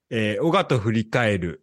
小賀と振り返る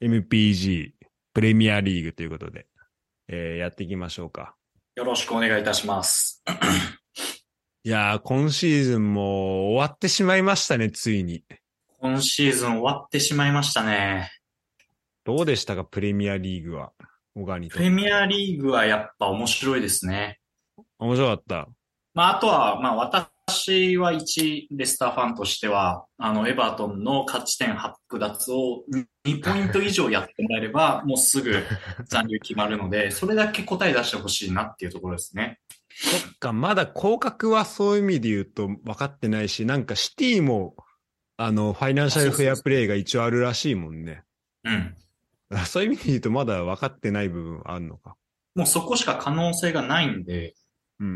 MPG プレミアリーグということで、やっていきましょうか。 よろしくお願いいたします。 いやー、今シーズンも終わってしまいましたね、ついに。 今シーズン終わってしまいましたね。 どうでしたか、プレミアリーグは。小賀にプレミとって。 アリーグはやっぱ面白いですね。 面白かった。 あとは、私は一レスターファンとしては、エバートンの勝ち点剥奪を2ポイント以上やってもらえれば、もうすぐ残留決まるので、それだけ答え出してほしいなっていうところですね。 そっか、まだ降格はそういう意味で言うと分かってないし、なんかシティも、ファイナンシャルそうフェアプレイそうそう。 が一応あるらしいもんね。 うん。 そういう意味で言うとまだ分かってない部分あるのか。 もうそこしか可能性がないんで、 うん。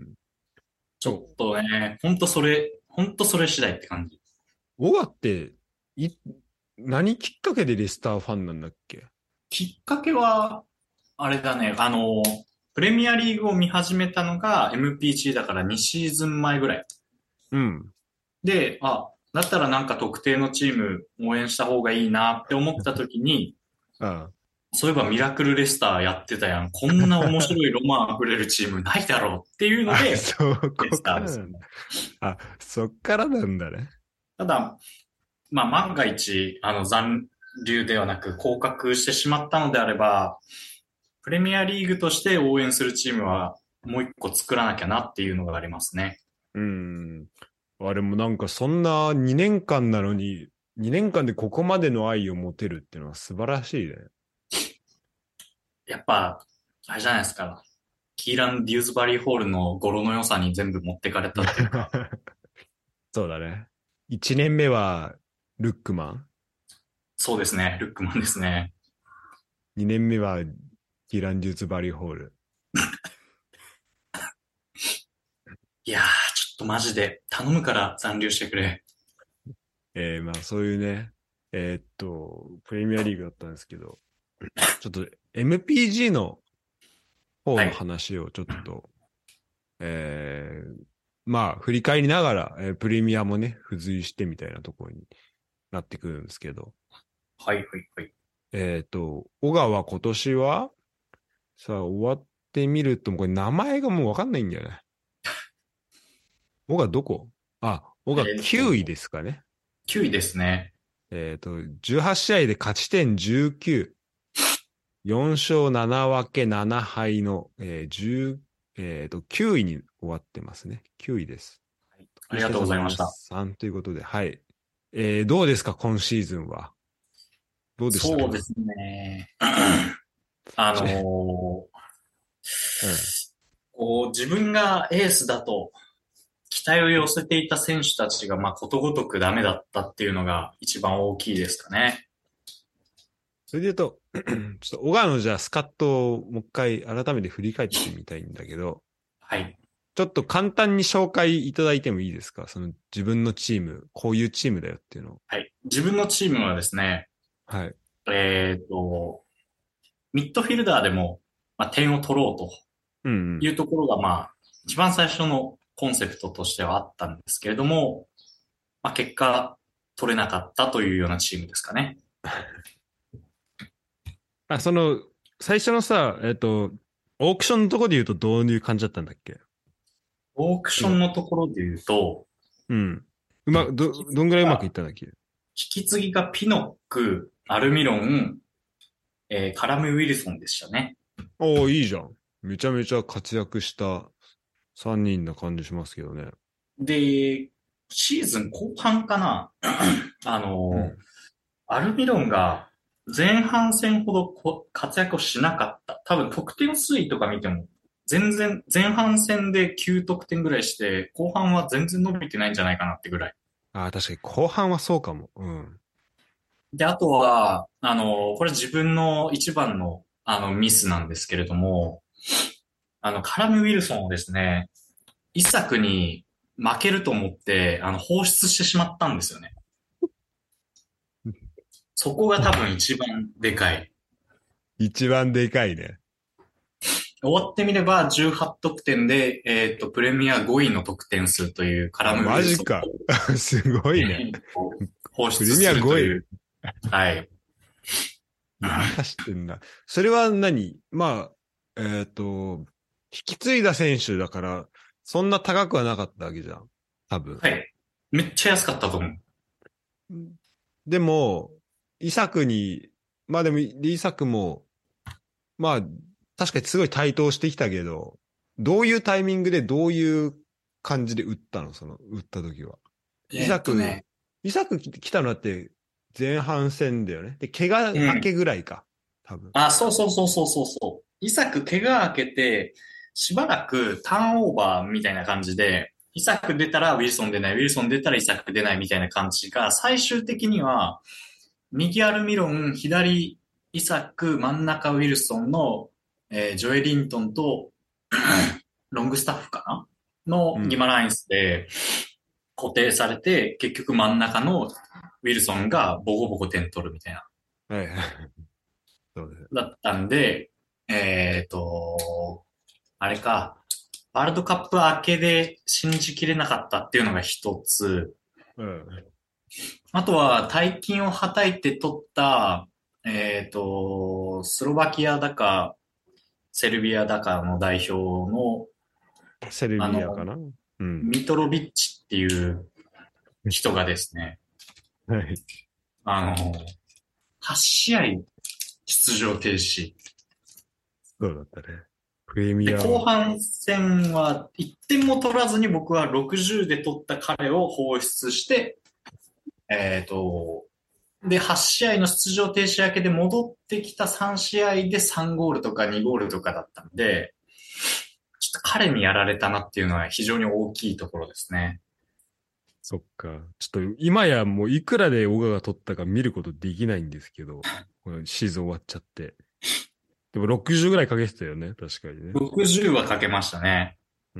ちょっとね、ほんとそれ次第って感じ。 小賀って、い、何きっかけでレスターファンなんだっけ？ きっかけは、あれだね、プレミアリーグを見始めたのが MPG だから2シーズン前ぐらい。 うん。 で、だったらなんか特定のチーム応援した方がいいなって思った時に、 あそういえばミラクルレスターやってたやん。こんな面白いロマン溢れるチームないだろうっていうのあ、 で、 そレスタこかーですね。 らなんだ。あ、そっからなんだね。 ただ、万が一、残留ではなく降格してしまったのであれば、プレミアリーグとして応援するチームはもう一個作らなきゃなっていうのがありますね。 うん。あれもなんかそんな2年間なのに、2年間でここまでの愛を持てるっていうのは素晴らしいね。 やっぱ、あれじゃないですか。キーラン・デューズバリーホールの語呂の良さに全部持ってかれたっていうか、 そうだね。1年目はルックマン。 そうですね、ルックマンですね。 2年目はキーラン・デューツバリーホール。 いやー、ちょっとマジで頼むから残留してくれ。 まあそういうね、プレミアリーグだったんですけど、ちょっと MPG の方のはい。 話をちょっと、えー、まあ振り返りながら、プレミアもね、付随してみたいなところになってくるんですけど、 はい、はい、はい。 小川今年はさあ終わってみると、これ名前がもうわかんないんだよね。小川どこ？小川9位ですかね。 9位ですね。 18試合で勝ち点19。4勝7分け7敗の、10、9位に終わってますね。9位です。得失点差ありがとうございマイナスました。 3ということで、はい。どうですか、今シーズンは。どうでしたか？ そうですね。あのちーうん。 自分がエースだと期待を寄せていた選手たちが、ことごとくダメだったっていうのが一番大きいですかね。 それで言うと、ちょっと小川のじゃあスカットをもう一回改めて振り返ってみたいんだけど、 はい。 ちょっと簡単に紹介いただいてもいいですか？その自分のチーム、こういうチームだよっていうのを。 はい。自分のチームはですね、 はい。 えっと、ミッドフィルダーでも、点を取ろうとうんうん。 いうところが、一番最初のコンセプトとしてはあったんですけれども、結果、取れなかったというようなチームですかね。 その、最初のさ、オークションのところで言うとどういう感じだったんだっけ？ オークショ今、 ンのところで言うと、 うん。 引き継どんぐらいうまくいっぎが、 たんだっけ？ 引き継ぎがピノック、アルミロン、カラム・ウィルソンでしたね。 おお、いいじゃん。めちゃめちゃ活躍した3人な感じしますけどね。 で、シーズン後半かなあの、 うん。 アルミロンが前半戦ほど活躍をしなかった。多分得点推移とか見ても、全然前半戦で9得点ぐらいして、後半は全然伸びてないんじゃないかなってぐらい。 確かに後半はそうかも。うん。 で、あとは、これ自分の一番の、ミスなんですけれども、カラム・ウィルソンをですね、一作に負けると思って、放出してしまったんですよね。そこが多分一番でかい。 一番でかいね。 終わってみれば18得点で、プレミア5位の得点数というカラム・ウィマルソンを、 ジか。すごいね。 放出すプレミア5位。 るという。 はい。 まだ知ってんだ。それはまあ、引き継いだ選手だから、そんな高くはなかったわけじゃん。多分。 はい。めっちゃ安かったと思う。 でも、イサクに、まあでも、イサクも、まあ、確かにすごい台頭してきたけど、どういうタイミングでどういう感じで打ったの打った時は。イサク、 ね。 来たのだって前半戦だよね。で、怪我明けうん。 ぐらいか。多分。 あ、そうそうそうそうそうそう。イサク怪我明けて、しばらくターンオーバーみたいな感じで、イサク出たらウィルソン出ない、ウィルソン出たらイサク出ないみたいな感じが、最終的には、右アルミロン、左イサク、真ん中ウィルソンの、ジョエリントンと、ロングスタッフかなのギうん。 マラインスで固定されて、結局真ん中のウィルソンがボコボコ点取るみたいな。 はいはい。そうです。 だったんで、えっと、あれか、ワールドカップ明けで信じきれなかったっていうのが一つ。 うん。 あとは大金をはたいて取った、スロバキアだか、セルビアだかの代表の、 セルあの、 ビアかな。うん。 ミトロビッチっていう人がですね、 はい。 あの、8試合出場停止。 そうだったね。プレミで、後ア、 半戦は1点も取らずに僕は60で取った彼を放出して、えっと、で、8試合の出場停止明けで戻ってきた3試合で3ゴールとか2ゴールとかだったんで、ちょっと彼にやられたなっていうのは非常に大きいところですね。 そっか。ちょっと今やもういくらで小川が取ったか見ることできないんですけど、このシーズン終わっちゃって。でも60ぐらいかけてたよね、確かにね。 60はかけましたね。 うん。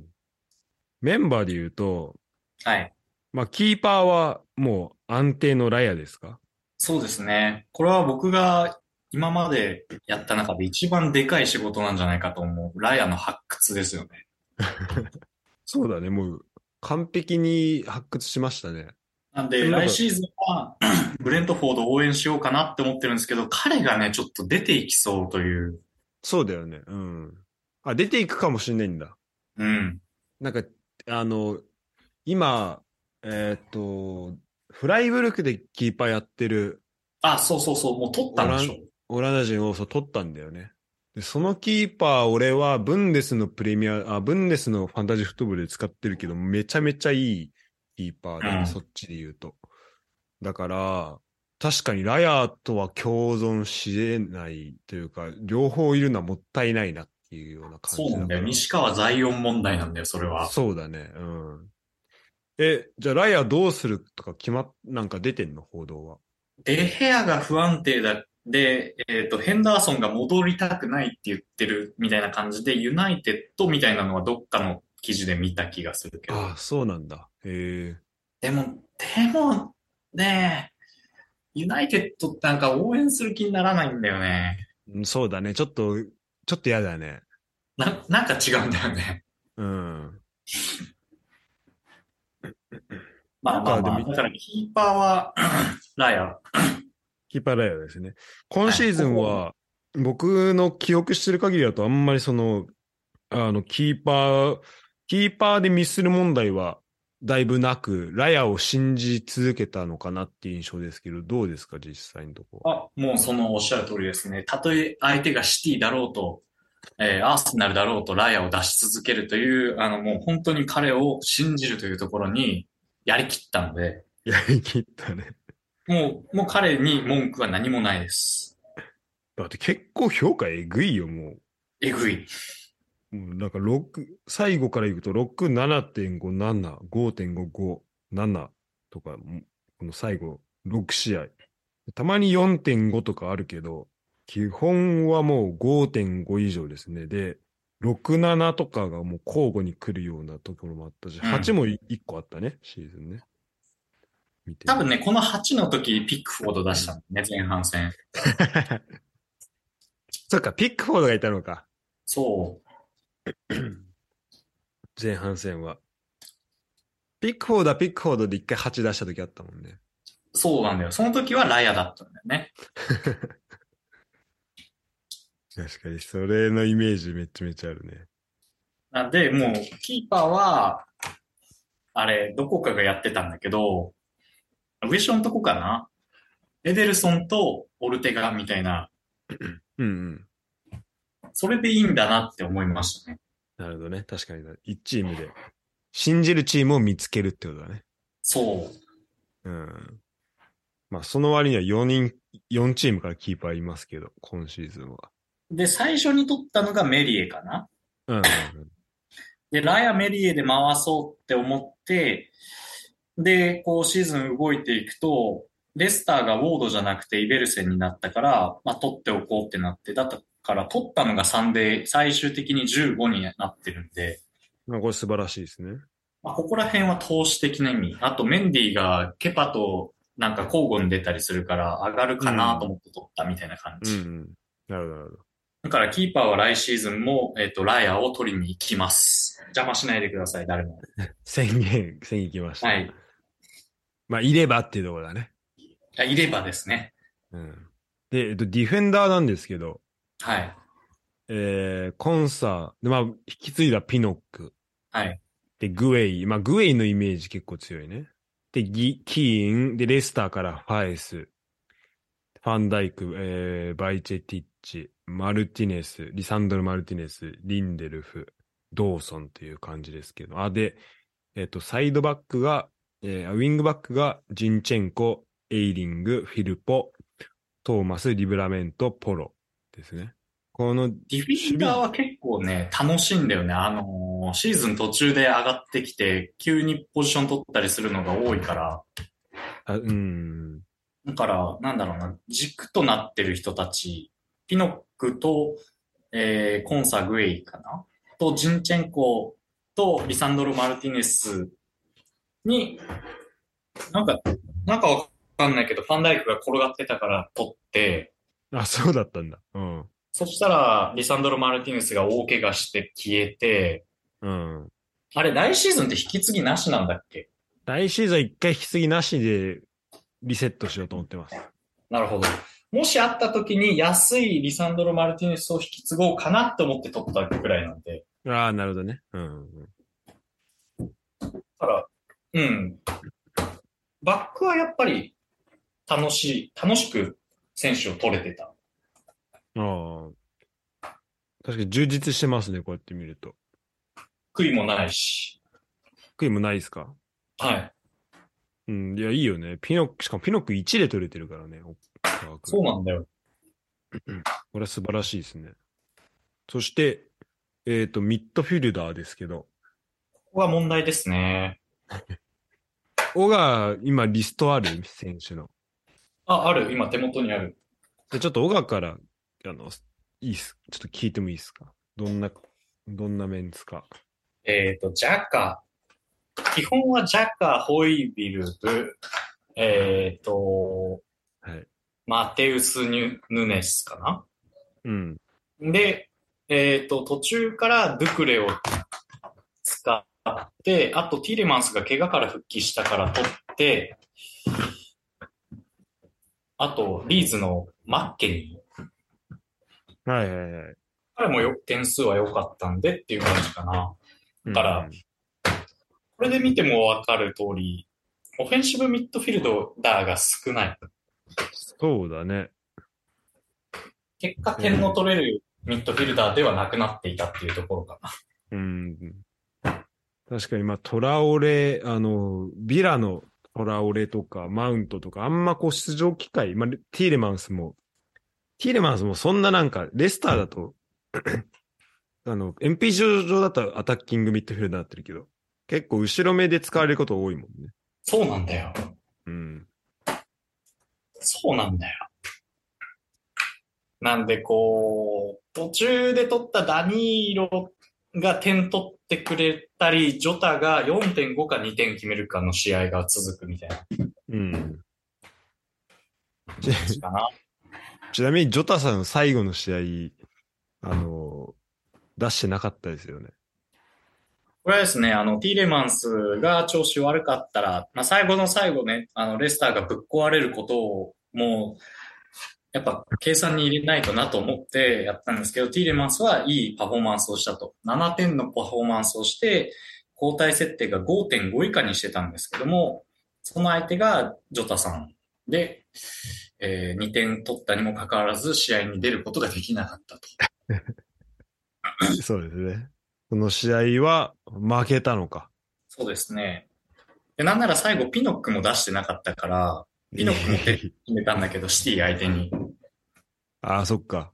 メンバーで言うと、 はい。 まあ、キーパーはもう安定のラヤですか？ そうですね。これは僕が今までやった中で一番でかい仕事なんじゃないかと思う。ラヤの発掘ですよね。 そうだね、もう完璧に発掘しましたね。 なんで、 でもなんか、 来シーズンはブレントフォードを応援しようかなって思ってるんですけど、彼がね、ちょっと出ていきそうという。 そうだよね。うん。あ、出ていくかもしれないんだ。 うん。 なんか、あの、今、フライブルクでキーパーやってるあ、そうそうそう、もう取ったんでしょ。 オランダ人をそう取ったんだよね。で、そのキーパー、俺はブンデスのファンタジーフットボールで使ってるけど、めちゃめちゃいいキーパーで、 うん。 そっちで言うと。だから、確かにラヤーとは共存し得ないというか、両方いるのはもったいないなっていうような感そうなんだよ。 じだから。 西川ザイオン問題なんだよ、それは。 そうだね。うん。じゃあラヤーどうするとかなんか出てんの報道は。 デヘアが不安定だ。で、ヘンダーソンが戻りたくないって言ってるみたいな感じで、ユナイテッドみたいなのはどっかの記事で見た気がするけど。 ああ、そうなんだ。へでもね、ユナイテッドってなんか応援する気にならないんだよね。 え。そうだね。ちょっと嫌だね。 なんか違うんだよね。 うん。 まあまあまあ。 なんかでも、 だからキーパーはラヤ。 キーパーライアーですね。今はい。 シーズここ、 ンは、僕の記憶してる限りだとあんまりキーパーでミスる問題はだいぶなく、ラヤを信じ続けたのかなっていう印象ですけど、どうですか、実際のとこあ、もうそのおっしゃる通りですね。たとえ相手がシティだろうと、アーセナルだろうとラヤを出し続けるという、もう本当に彼を信じるというところにやりきったので、 やりきったね。 もう彼に文句は何もないです。 だって結構評価えぐいよ、もえぐい。 う。もうなんか最後からいくと6、7.5、7、5.55、7とか、この最後6試合。たまに4.5とかあるけど、基本はもう5.5以上ですね。で、6、7とかがもう交互に来るようなところもあったし、8 うん。 も1個あったね、シーズンね。見てると。 多分ね、この8の時ピックフォード出うん。 したんだね、前半戦。 そっか、ピックフォードがいたのか。 そう。 前半戦は。ピックフォードで1回8出した時あったもんね。 そうなんだよ。その時はラヤだったんだよね。 確かに、それのイメージめちゃめちゃあるね。 なんで、もう、キーパーは、あれ、どこかがやってたんだけど、上ションとこかな、エデルソンとオルテガみたいな、 うんうん。 それでいいんだなって思いましたね。 なるほどね。確かに。1チームで。信じるチームを見つけるってことだね。 そう。 うん。まあ、その割には4チームからキーパーいますけど、今シーズンは。 で、最初に取ったのがメリエかな。 うんうんで、ラヤメリエで回そうって思って、で、こうシーズン動いていくと、レスターがウォードじゃなくてイベルセンになったから、まあ、取っておこうってなって、だったから取ったのが3で、最終的に15になってるんで、 うん。まあ、これ素晴らしいですね。 まあ、ここら辺は投資的な意味。あとメンディーがケパとなんか交互に出たりするから上がるかなとうん。 思って取ったみたいな感じ。 うんうん。なるほど、なるほど。 だからキーパーは来シーズンも、ライアーを取りに行きます。邪魔しないでください、誰も。 宣言いきました。 はい。 まあ、いればっていうところだね。 いればですね。 うん。で、ディフェンダーなんですけど、 はい。 コンサー、で、まあ、引き継いだピノック。 はい。 で、グエイ。まあ、グエイのイメージ結構強いね。で、キーン。で、レスターからファエス。ファンダイク、バイチェティッチ、マルティネス、リサンドル・マルティネス、リンデルフ、ドーソンという感じですけど。あ、で、サイドバックが、ウィングバックがジンチェンコ、エイリング、フィルポ、トーマス、リブラメント、ポロですね。この守ディフェンダー備、 は結構ね、楽しいんだよね。シーズン途中で上がってきて、急にポジション取ったりするのが多いから、だから、なんだろうな、軸となってる人たち、ピノックと、コンサグエイかなと、ジンチェンコとリサンドロ・マルティネスに、なんか、なんかわかんないけど、ファンダイクが転がってたから取って、 あ、そうだったんだ。うん。 そしたら、リサンドロ・マルティネスが大怪我して消えて、 うん。 あれ、来シーズンって引き継ぎなしなんだっけ？ 来シーズンは一回引き継ぎなしでリセットしようと思ってます。 なるほど。もしあった時に安いリサンドロ・マルティネスを引き継ごうかなって思って取ったくらいなんで。 ああ、なるほどね。うん。 だから、うん。バックはやっぱり楽しく選手を取れてた。 ああ、確かに充実してますね、こうやって見ると。 悔いもないし。 悔いもないですか？ はい。 うん、いや、いいよね。しかもピノック1で取れてるからね、 そうなんだよ。 これは素晴らしいですね。そして、ミッドフィルダーですけど、 ここが問題ですね。 小川、今リストある選手の。 あ、ある。今手元にある。 で、ちょっと小川から、いいっす。ちょっと聞いてもいいですか？どんなメンツか。 ジャカ。基本はジャカ、ホイビルブ、えっと、 はい。 マテウス・ヌネスかな。 うん。 で、途中からドゥクレを使って、あとティレマンスが怪我から復帰したから取って、あとリーズのマッケニー。 はいはいはい。 彼も点数は良かったんでっていう感じかな。 うだから、 ん。 これで見てもわかる通り、オフェンシブミッドフィルダーが少ない。 そうだね。 結果点の取れるミッドフィルダーではなくなっていたっていうところかな。 うん。確かに、まあ、トラオレ、ビラのトラオレとか、マウントとか、あんまこう出場機会、まあ、ティーレマンスもそんななんか、レスターだとMP 上だとアタッキングミッドフィルダーになってるけど、結構後ろ目で使われること多いもんね。 そうなんだよ。 うん。 そうなんだよ。なんでこう、途中で取ったダニーロが点取ってくれたり、ジョタが4.5か2点決めるかの試合が続くみたいなうん。 感じかな。 ちなみに、ジョタさんの最後の試合、出してなかったですよね。 これはですね、ティーレマンスが調子悪かったら、まあ、最後の最後ね、レスターがぶっ壊れることを、もう、やっぱ計算に入れないとなと思ってやったんですけど、ティーレマンスはいいパフォーマンスをしたと。7点のパフォーマンスをして、交代設定が5.5以下にしてたんですけども、その相手がジョタさんで、2点取ったにもかかわらず試合に出ることができなかったと。 そうですね。この試合は負けたのか。 そうですね。で、なんなら最後ピノックも出してなかったから、ピノック持って決めたんだけど、シティ相手に。 ああ、そっか。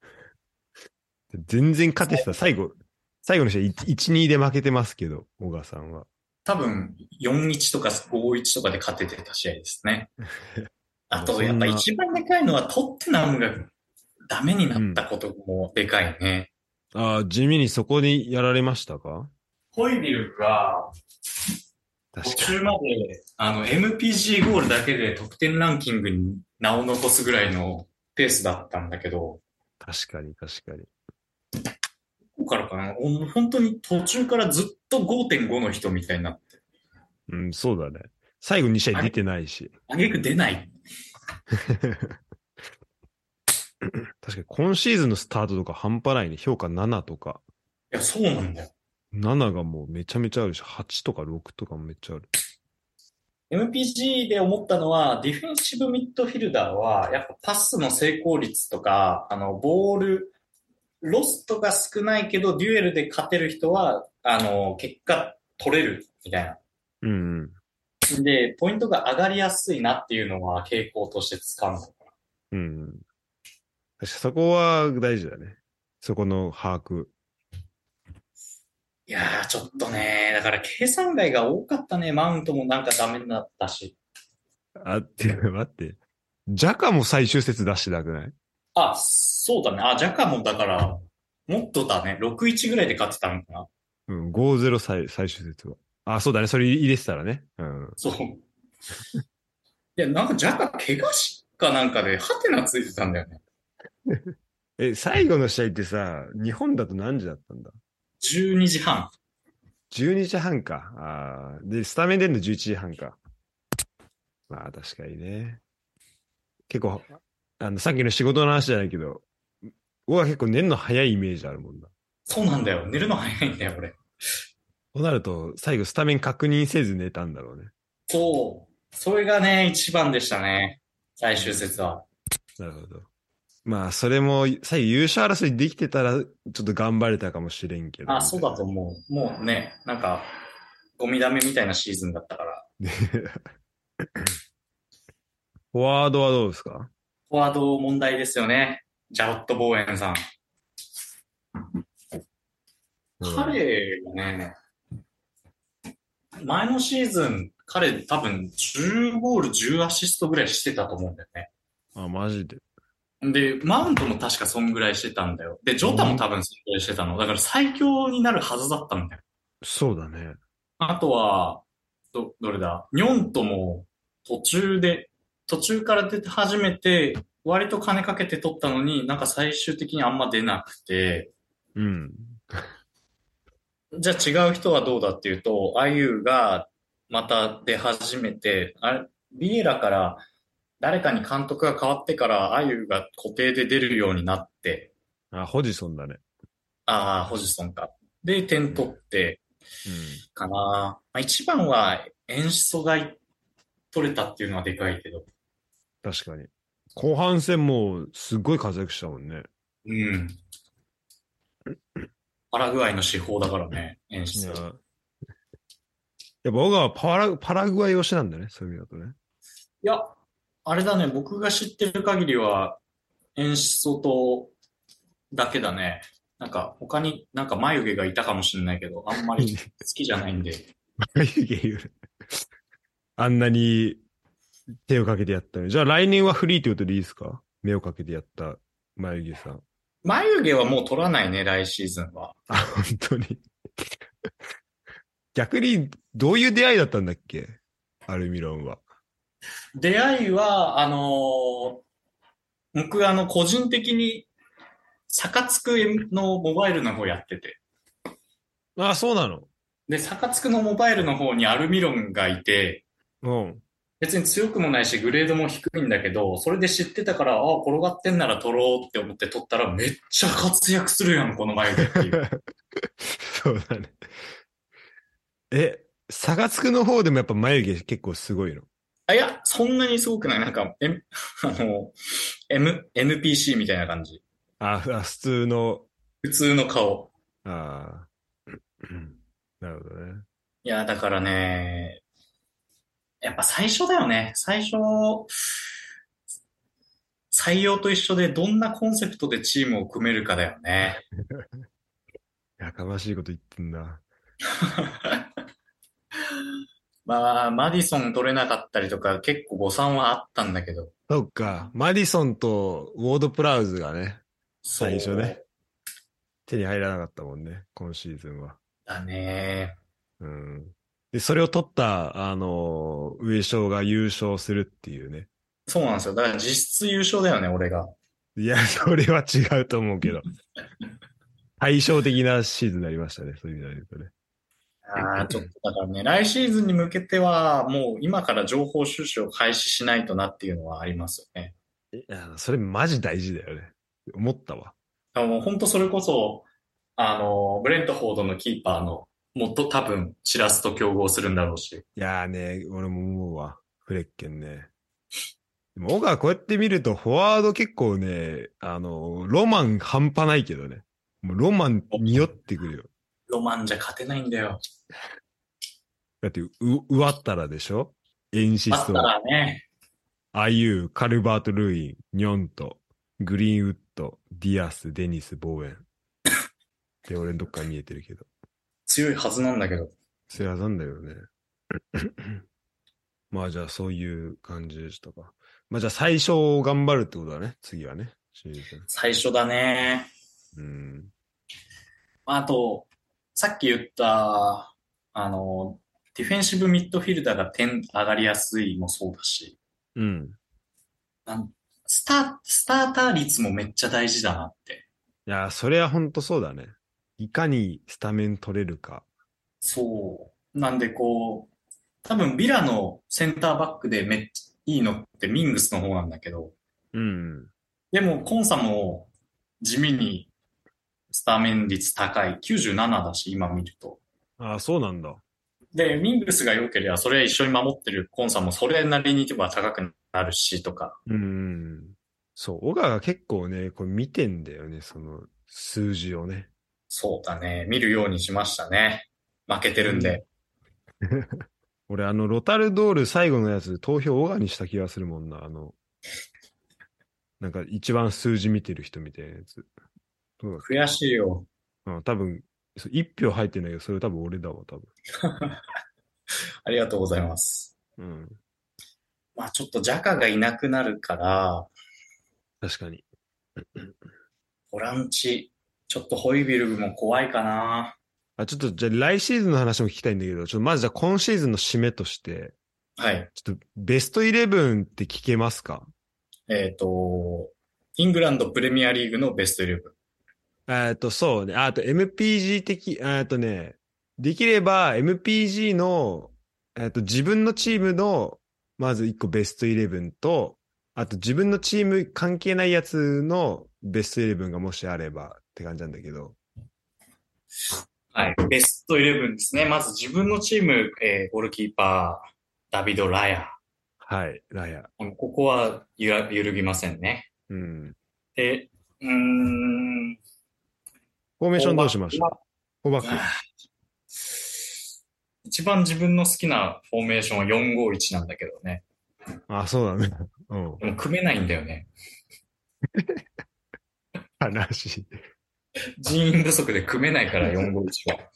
全然勝ててた。最後の試合1-2で負けてますけど、小川さんは。 多分4-1とか5-1とかで勝ててた試合ですね。あもうと、やっぱそんな、 一番でかいのはトッテナムがダメになったうん。 こともでかいね。 ああ、地味にそこにやられましたか？ ホイビルが途確か中までMPG ゴールだけで得点ランキングに名を残すぐらいのペースだったんだけど、 確かに、確かに。 ここからかな、本当に途中からずっと5.5の人みたいになって、 うん、そうだね。最後2試合あげ、 出てないし。 あげく出ない。 確かに今シーズンのスタートとか半端ないね。評価7とか。 いや、そうなんだよ。 7がもうめちゃめちゃあるし、8とか6とかもめっちゃある。 MPG で思ったのは、ディフェンシブミッドフィルダーは、やっぱパスの成功率とか、ボール、ロストが少ないけど、デュエルで勝てる人は、結果取れるみたいな。 うんうん。 で、ポイントが上がりやすいなっていうのは傾向として掴んだ。 うん。確かそこは大事だね。そこの把握。 いやー、ちょっとね、だから計算外が多かったね。マウントもなんかダメだったし。 あ、っていうか待って。ジャカも最終節出してなくない？ あ、そうだね。あ、ジャカもだから、もっとだね。6-1ぐらいで勝ってたのかな。 うん、5-0最終節は。あ、そうだね。それ入れてたらね。うん。 そう。いや、なんかジャカ怪我しかなんかで、ハテナついてたんだよね。 最後の試合ってさ、日本だと何時だったんだ？ 12時半。 12 時半か。で、スタメン出るの11時半か。まあ確かにね。結構、さっきの仕事の話じゃないけど、僕は結構寝るの早いイメージあるもんな。 そうなんだよ。寝るの早いんだよ、俺。 となると、最後スタメン確認せず寝たんだろうね。 そう。それがね、一番でしたね。最終うん。 節は。 なるほど。まあ、それも、最後優勝争いできてたら、ちょっと頑張れたかもしれんけど、 あ、そうみたいな。 だと思う。もうね、なんか、ゴミダメみたいなシーズンだったから。 フォワードはどうですか？ フォワード問題ですよね。ジャロット・ボーエンさん。 うん。 彼がね、前のシーズン、彼多分10ゴール10アシストぐらいしてたと思うんだよね。 あ、マジで。 で、マウントも確かそんぐらいしてたんだよ。で、ジョタもうん。 多分そんぐらいしてたの。だから最強になるはずだったんだよ。 そうだね。 あとは、どれだニョンとも途中で、途中から出て始めて、割と金かけて取ったのに、なんか最終的にあんま出なくて、 うん。 じゃあ違う人はどうだっていうと、アユがまた出始めて、あれ、ビエラから誰かに監督が変わってから、アユが固定で出るようになって、 あ、ホジソンだね。 ああ、ホジソンか。で、点取ってうん。 かな。まあ、一番は演出が取れたっていうのはでかいけど。 確かに。後半戦もすっごい活躍したもんね。 うん。パラグアイの手法だからね、演出。 いや、やっぱ僕はパラグアイ推しなんだね。そういう意味だとね。 いや、あれだね、僕が知ってる限りは、演出とだけだね。なんか、他になんか眉毛がいたかもしれないけど、あんまり好きじゃないんで。 眉毛言う。あんなに手をかけてやったのに。じゃあ来年はフリーってことでいいですか？目をかけてやった眉毛さん。 眉毛はもう取らないね、来シーズンは。 あ、本当に。逆に、どういう出会いだったんだっけ？アルミロンは。 出会いは、僕個人的に、サカツクのモバイルの方やってて。 あ、そうなの。 で、サカツクのモバイルの方にアルミロンがいて、 うん。 別に強くもないし、グレードも低いんだけど、それで知ってたから、ああ、転がってんなら取ろうって思って取ったら、めっちゃ活躍するやん、この眉毛っていう。 そうだね。サガツクの方でもやっぱ眉毛結構すごいの？ あ、いや、そんなにすごくない。なんか、あの、NPC みたいな感じ。 普通の、 普通の顔。 ああ、うんなるほどね。 いや、だからね、やっぱ最初だよね。最初、採用と一緒でどんなコンセプトでチームを組めるかだよね。 やかましいこと言ってんだ。 まあ、マディソン取れなかったりとか結構誤算はあったんだけど、 そうか。マディソンとウォード・プラウズがね、最初ね、 そう手に入らなかったもんね、今シーズンは。 だね。 うん。で、それを取った、上昇が優勝するっていうね。 そうなんですよ。だから実質優勝だよね、俺が。 いや、それは違うと思うけど、対照的なシーズンになりましたね、そういう意味で言うとね。 ああ、ちょっとだからね、来シーズンに向けては、もう今から情報収集を開始しないとなっていうのはありますよね。 いや、それマジ大事だよね。思ったわ。 もう本当それこそ、ブレントフォードのキーパーの、もっと多分、シラスと競合するんだろうし。 いやーね、俺も思うわ。フレッケンね。でも、小川こうやって見ると、フォワード結構ね、ロマン半端ないけどね。もうロマン匂ってくるよ。 ロマンじゃ勝てないんだよ。 だって、上ったらでしょ？エンシあったスト、 らね、 アユー、カルバート・ルイン、ニョント、グリーンウッド、ディアス、デニス、ボーエン。って俺のどっか見えてるけど。 強いはずなんだけど。 それはなんだよね。まあじゃあそういう感じでしたか。まあじゃあ最初頑張るってことだね。次はね。シーズン。 最初だね。 うん。 あと、さっき言った、ディフェンシブミッドフィルダーが点上がりやすいもそうだし、 うん。 なんスターター率もめっちゃ大事だなって。 いや、それはほんとそうだね。いかにスタメン取れるか。 そう。なんでこう、多分ビラのセンターバックでめっちゃいいのってミングスの方なんだけど、 うん。 でもコンサも地味にスタメン率高い。97だし、今見ると。 ああ、そうなんだ。 で、ミングスが良ければ、それ一緒に守ってるコンサもそれなりには高くなるし、とか。 うん。そう、小川が結構ね、これ見てんだよね、その数字をね。 そうだね。見るようにしましたね。負けてるんうんで。 俺、ロタルドール最後のやつ、投票小川にした気がするもんな。なんか一番数字見てる人みたいなやつ。どうだっけ？ 悔しいよ。 多分、一票入ってんだけど、それ多分俺だわ、多分。 ありがとうございます。 うん。 まあちょっとジャカがいなくなるから、 確かに。 ボランチ、ちょっとホイビルグも怖いかな。 あ、ちょっと、じゃあ来シーズンの話も聞きたいんだけど、まずじゃあ今シーズンの締めとして、 はい。 ちょっとベストイレブンって聞けますか？ イングランドプレミアリーグのベストイレブン。 そうね。あと MPG 的、できれば MPG の、自分のチームの、まず一個ベストイレブンと、あと自分のチーム関係ないやつのベストイレブンがもしあればって感じなんだけど。 はい。ベストイレブンですね。まず自分のチーム、ゴールキーパー、ダビド・ラヤ。 はい、ラヤ。 ここは揺るぎませんね。 うん。 で、フフォーメーションどうォーバッしましょう？ クは、 フォーバック。 一番自分の好きなフォーメーションは451なんだけどね。 あ、そうだね。うん。 でも組めないんだよね。 話。 人員不足で組めないから451は。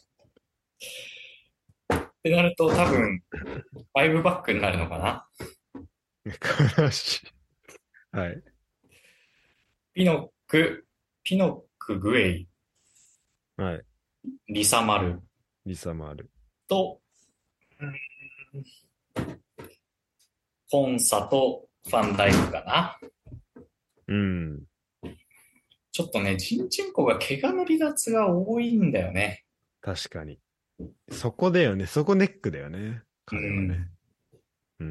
ってなると多分、5バックになるのかな。 話。はい。 ピノック、ピノック、グエイ、 はい。 リサマルリサもある。 と、コンサとファンダイクかな。 うん。 ちょっとね、ジンチェンコが怪我の離脱が多いんだよね。 確かに。 そこだよね。そこネックだよね。 う彼はね。 ん。 うん。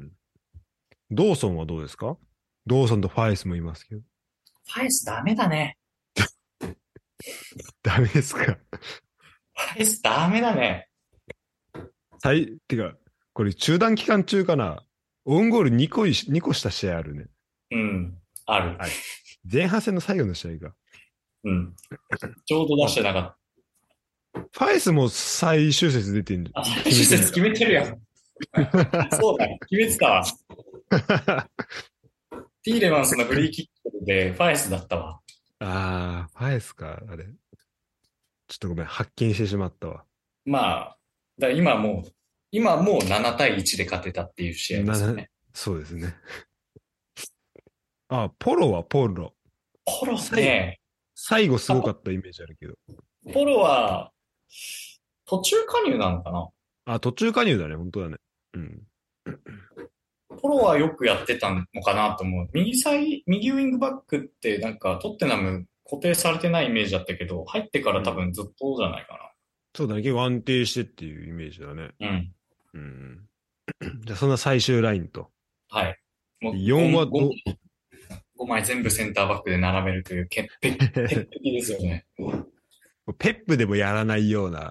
ドーソンはどうですか？ドーソンとファイスもいますけど。 ファイスダメだね。 ダメですか？ ファイスダメだね。 てか、これ中断期間中かな。オウンゴール2個した試合あるね。 うん。ある。 はい。前半戦の最後の試合が。 うん。ちょうど出あ、フしてなかっァイスも最終節出てん、 た。あ、最決めてんじ終節決めてるやん。そうだ、決めてたわ。 ゃん。 ティーレマンスのフリーキックでファイスだったわ。 ああ、ファイスか、あれ。ちょっとごめん、発見してしまったわ。 まあ、だから今もう7対1で勝てたっていう試合ですよな、 ね。 そうですね。あ、ポロはポロ。 ポロ最、 ね、 最後すあごかったイメージあるけど。 ポロは途中加入なのかな？ あ、途中加入だね、本当だね。うん。 ポロはよくやってたのかなと思う。右ウィングバックってなんかトッテナム固定されてないイメージだったけど、入ってから多うん。 分ずっとじゃないかそうだね、結構安定してっていうイメージだね。 な。うん。 うん。じゃあ、そんな最終ラインと。 はい。もう 4は 5枚全部センターバックで並べるという鉄壁ですよね。 ペップでもやらないような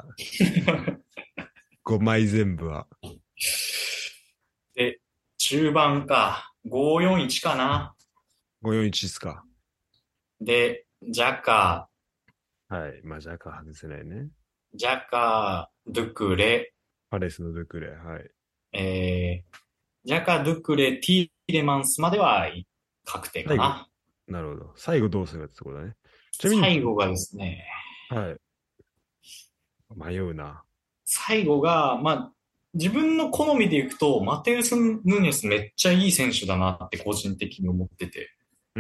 5枚全部は。 で、中盤か。5-4-1かな。 541ですか。 で、ジャカ、 はい。まあ、ジャカ外せないね。 ドゥクレ、 パレスのドゥクレ。はい。 ジャカ、ドゥクレ、ティーレマンスまでは確定か最後。 な。 なるほど。最後どうするかってところだね。ちなみに、 最後がですね、 はい。迷うな。 最後が、まあ、自分の好みでいくと、マテウス・ヌネスめっちゃいい選手だなって個人的に思ってて、 うん。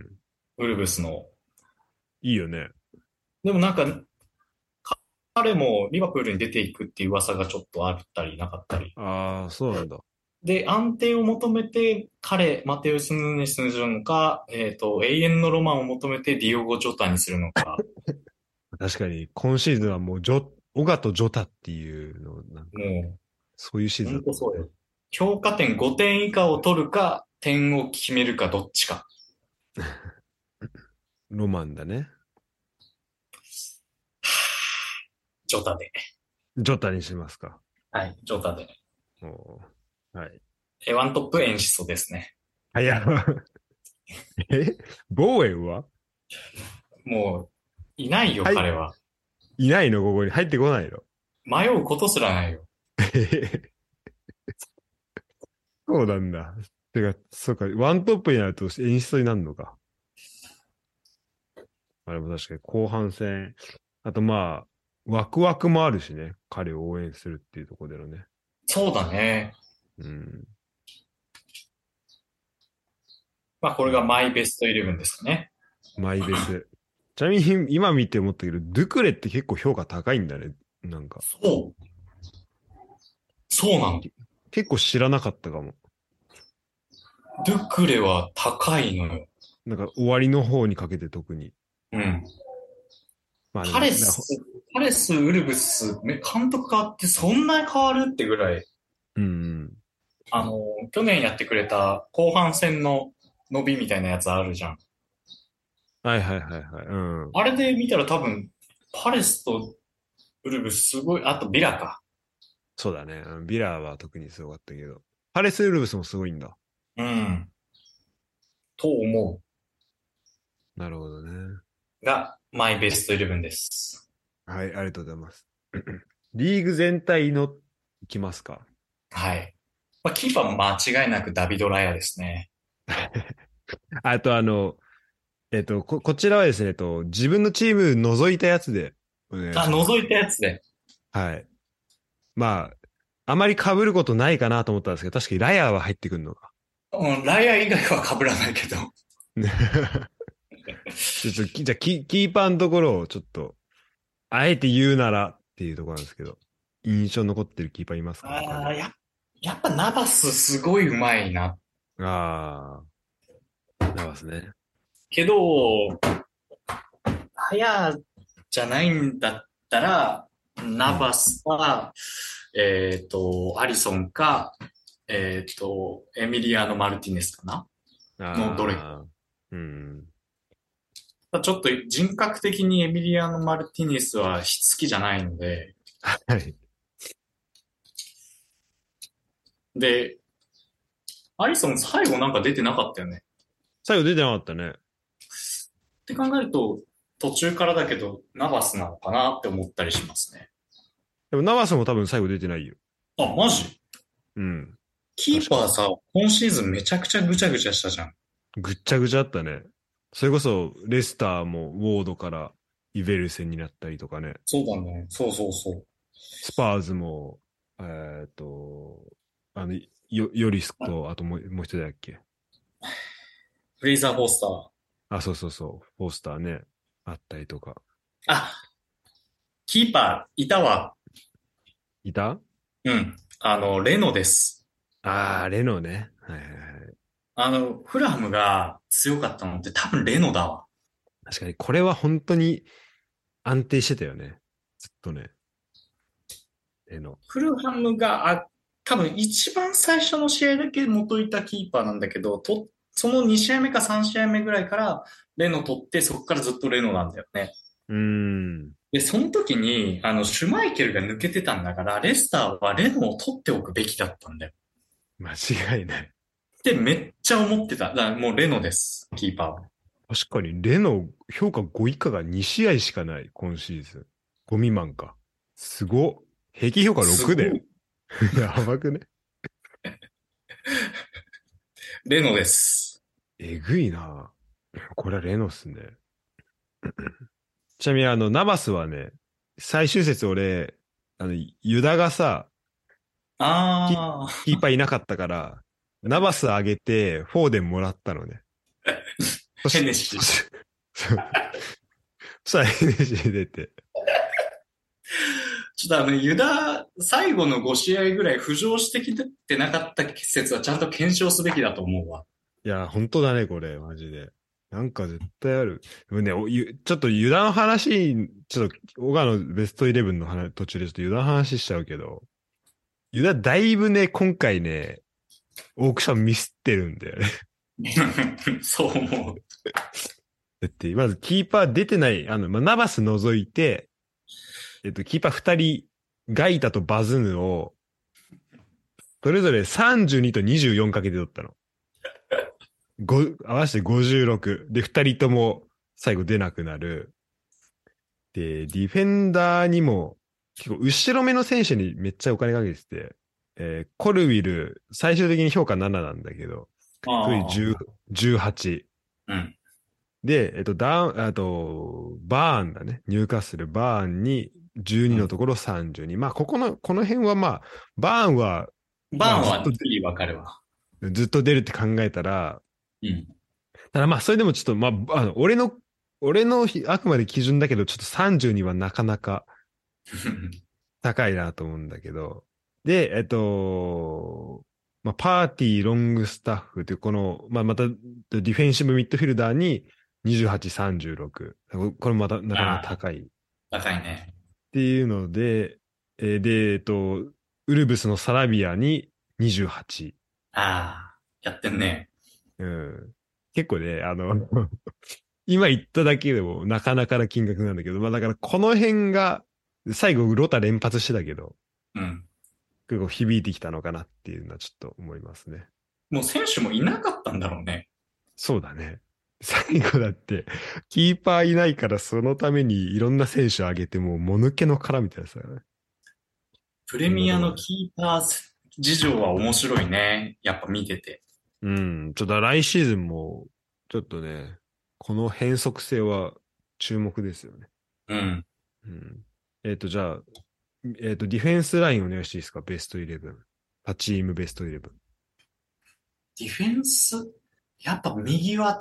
ウルブスの。 いいよね。 でもなんか、彼もリバプールに出ていくっていう噂がちょっとあったりなかったり。 ああ、そうなんだ。 で、安定を求めて、マテウス・ヌネスにするのか、永遠のロマンを求めてディオゴ・ジョタにするのか、 確かに、今シーズンはもうオガとジョタっていうの、なんか、 もそういうシーう、 ズンだったもんね。 ほんとそうよ。評価点5点以下を取るか、点を決めるか、どっちか。 ロマンだね。 ジョタで。 ジョタにしますか。 はい、ジョタで。 おーはい。 ワントップエンシソですね。 あ、いや、ボーエンはもう、いないよ、 はい、 彼は。 いないのここに入ってこないの？ 迷うことすらないよ。 そうなんだ。てか、そうか、ワントップになると演出になるのか。あれも確かに後半戦。あとまあ、ワクワクもあるしね。彼を応援するっていうところでのね。 そうだね。 うん。 まあ、これがまあ、 マイベストイレブンですかね。 マイベス。ちなみに今見て思ったけど、ドゥクレって結構評価高いんだね。なんか。 そう。そうなの。 結構知らなかったかも。 ドゥクレは高いのよ。 なんか終わりの方にかけて特に。 うん。 まあでも、 パレス、パレス、ウルブス、監督変わってそんなに変わるってぐらい、 うん、 去年やってくれた後半戦の伸びみたいなやつあるじゃん。 はいはいはいはい。うん。 あれで見たら多分、パレスとウルブスすごい、あとビラか。 そうだね。ビラは特にすごかったけど。パレス・ウルブスもすごいんだ。 うん。と思なるほどね。 う。が、マイベストイレブンです。 はい、ありがとうございます。リーグ全体の、いきますか。 はい。まあ、キーパーも間違いなくダビド・ラヤですね。 あとこちらはですね、自分のチーム除いたやつでお願いあ、 します。 覗いたやつで。 はい。まあ、あまり被ることないかなと思ったんですけど、確かにラヤーは入ってくるのか。 うん、ラヤ以外は被らないけど。 ちょっと、じゃあキーパーのところをちょっと、あえて言うならっていうところなんですけど、印象に残ってるキーパーいますか他で。 やっぱナバスすごい上手いな。 ああ、なますね。 けど、ラヤじゃないんだったら、 ナバスか、アリソンか、エミリアーノ・マルティネスかなのどれか。 ああ、うん。 ちょっと人格的にエミリアーノ・マルティネスは好きじゃないので、 はい。 で、アリソン最後なんか出てなかったよね。 最後出てなかったね。 って考えると、途中からだけど、ナバスなのかなって思ったりしますね。 でもナバスも多分最後出てないよ。 あ、マジうん。 キー確か。 パーさ、今シーズンめちゃくちゃぐちゃぐちゃしたじゃん。 ぐっちゃぐちゃあったね。それこそ、レスターもウォードからイベルセンになったりとかね。 そうだね。そうそうそう。 スパーズも、ヨリスと、あともう一人だっけ。 フレイザー・フォースター。 あ、そうそうそう。フォースターね。あったりとか。 あ、キーパー、いたわ。 いた。 うん。レノです。 ああー、レノね。はいはいはい。 フラハムが強かったのって多分レノだわ。 確かに、これは本当に安定してたよね。ずっとね。レノ。 フルハムが、多分一番最初の試合だけ元いたキーパーなんだけど、その2試合目か3試合目ぐらいからレノ取って、そこからずっとレノなんだよね。 うーん。 で、その時に、シュマイケルが抜けてたんだから、レスターはレノを取っておくべきだったんだよ。 間違いない。 ってめっちゃ思ってた。だからもうレノです、キーパーは。 確かに、レノ、評価5以下が2試合しかない、今シーズン。5未満か。すごっ。平均評価6だよ。 すごい。 やばくね。 レノです。 えぐいな。これはレノっすね。ちなみに、ナバスはね、最終節俺、ユダがさ、キ、 あキーパーいなかったから、ナバス上げて、フォーデンもらったのね。そヘし、 ネシー。 そし、そう。そしたら NG 出て。 ちょっとユダ、最後の5試合ぐらい浮上してきてなかった説はちゃんと検証すべきだと思うわ。 いや、本当だね、これ、マジで。なんか絶対ある。でもね、ちょっと油断の話、ちょっと、小川のベストイレブンの話、途中でちょっと油断の話しちゃうけど、油断だいぶね、今回ね、オークションミスってるんだよね。 そう思う。 だって、まずキーパー出てない、ナバス除いて、キーパー2人、ガイタとバズヌを、それぞれ32と24かけて取ったの。合わせて56。で、2人とも最後出なくなる。で、ディフェンダーにも、結構後ろ目の選手にめっちゃお金かけてて、コルウィル、最終的に評価7なんだけど、それあ 10、18。 あ、うん。 で、あと、バーンだね。ニューカッスル、バーンに12 うん。 のところ32。まあ、この辺はまあ、バーンは、 バーンまあはギリわかるわ。 ずっと出るって考えたら、 うん。 ただまあ、それでもちょっと、まあ、俺のあくまで基準だけど、ちょっと32はなかなか高いなと思うんだけど、で、まあ、パーティー、ロングスタッフっていう、この、まあ、また、ディフェンシブミッドフィルダーに28、36。これまたなかなかああ、 高いっ高いね。 ていうので、で、ウルブスのサラビアに28。 ああ、やってんね。 うん。結構ね、今言っただけでもなかなかな金額なんだけど、まあだからこの辺が、最後ロタ連発してたけど、 うん。 結構響いてきたのかなっていうのはちょっと思いますね。 もう選手もいなかったんだろうね。 そうだね。最後だって、キーパーいないからそのためにいろんな選手上げてもう、もぬけの殻みたいなさ、 プレそんなミアのとこで。 キーパー事情は面白いね。やっぱ見てて。 うん。ちょっと来シーズンも、ちょっとね、この変則性は注目ですよね。 うん。 うん。じゃあ、ディフェンスラインお願いしていいですか？ベストイレブン。他チームベストイレブン。 ディフェンス、やっぱ右は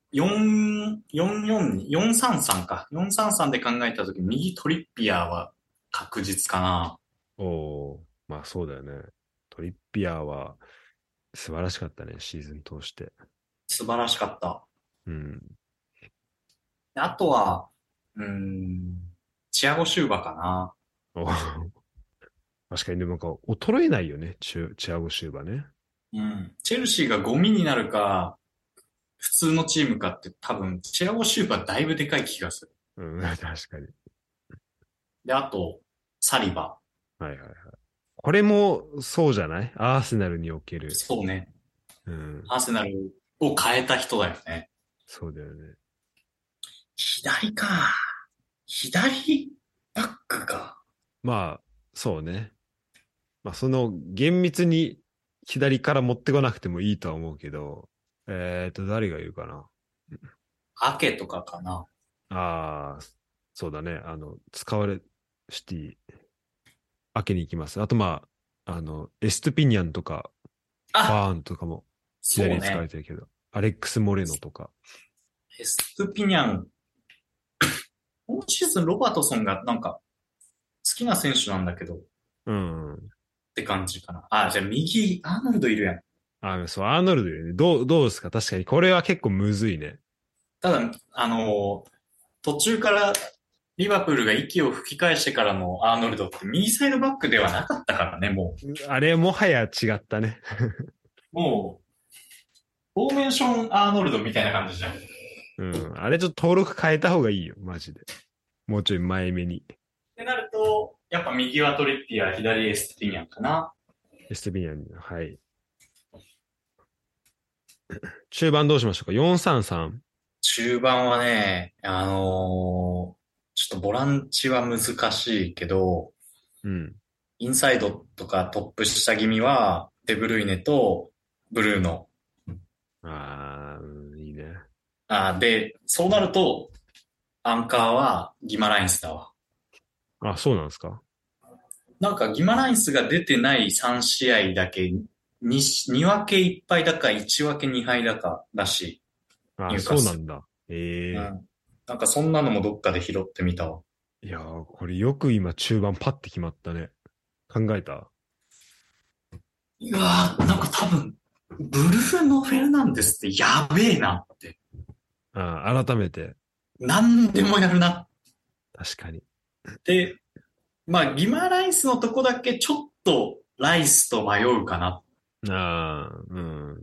4、4、433か。433で考えたとき、右トリッピアーは確実かな。 おー、まあそうだよね。トリッピアーは素晴らしかったね、シーズン通して。 素晴らしかった。 うん。 であとは、チアゴシューバかな。 お確かに、でもなんか衰えないよね、チアゴシューバね。 うん。チェルシーがゴミになるか、普通のチームかって多分、チアゴシューバーだいぶでかい気がする。 うん、確かに。 で、あと、サリバ。 はいはいはい。これもそうじゃないアーセナルにおける。 そうね。 うん。 アーセナルを変えた人だよね。 そうだよね。 左か。左バックか。 まあ、そうね。まあ、その厳密に左から持ってこなくてもいいとは思うけど、誰がいるかな。 アケとかかな。 ああ、そうだね。使われ、シティ、開けに行きます。あと、まあ、エストゥピニャンとか、 あ、 バーンとかも左に使われそうね。 てるけど、アレックス・モレノとか。 エストゥピニャン。今シーズンロバートソンがなんか好きな選手なんだけど、っうん。 て感じかな。あ、じゃあ右、アーノルドいるやん。 そう、アーノルドよね。どうですか？確かに、これは結構むずいね。 ただ、途中からリバプールが息を吹き返してからのアーノルドって右サイドバックではなかったからね、 あれ、もはや違ったね。 もフォーメーションアーノルドみたいな感じじゃん。っうん。あれちょっと登録変えた方がいいよ、マジで。もうちょい前目に。 てなると、やっぱ右はトリッピア、左エスティニャンかな。 エステビニャンに。はい。中盤どうしましょうか？ 433。 中盤はね、ちょっとボランチは難しいけど、 うん。 インサイドとかトップ下気味は、デブルイネとブルーノ。 いいね。 で、そうなると、アンカーはギマラインスだわ。 あ、そうなんですか？ なんかギマラインスが出てない3試合だけ、2分け1敗だか1分け2敗だからしい。 あ、 ニューカッスル。 そうなんだ。ええうん。なんかそんなのもどっかで拾ってみたわ。 いやー、これよく今中盤パッて決まったね。考えた？ うわー、なんか多分、ブルーノ・フェルナンデスってやべえなって。 改めて。 何でもやるなっ確かに。 て。まあ、ギマライスのとこだけちょっとライスと迷うかな。 うん。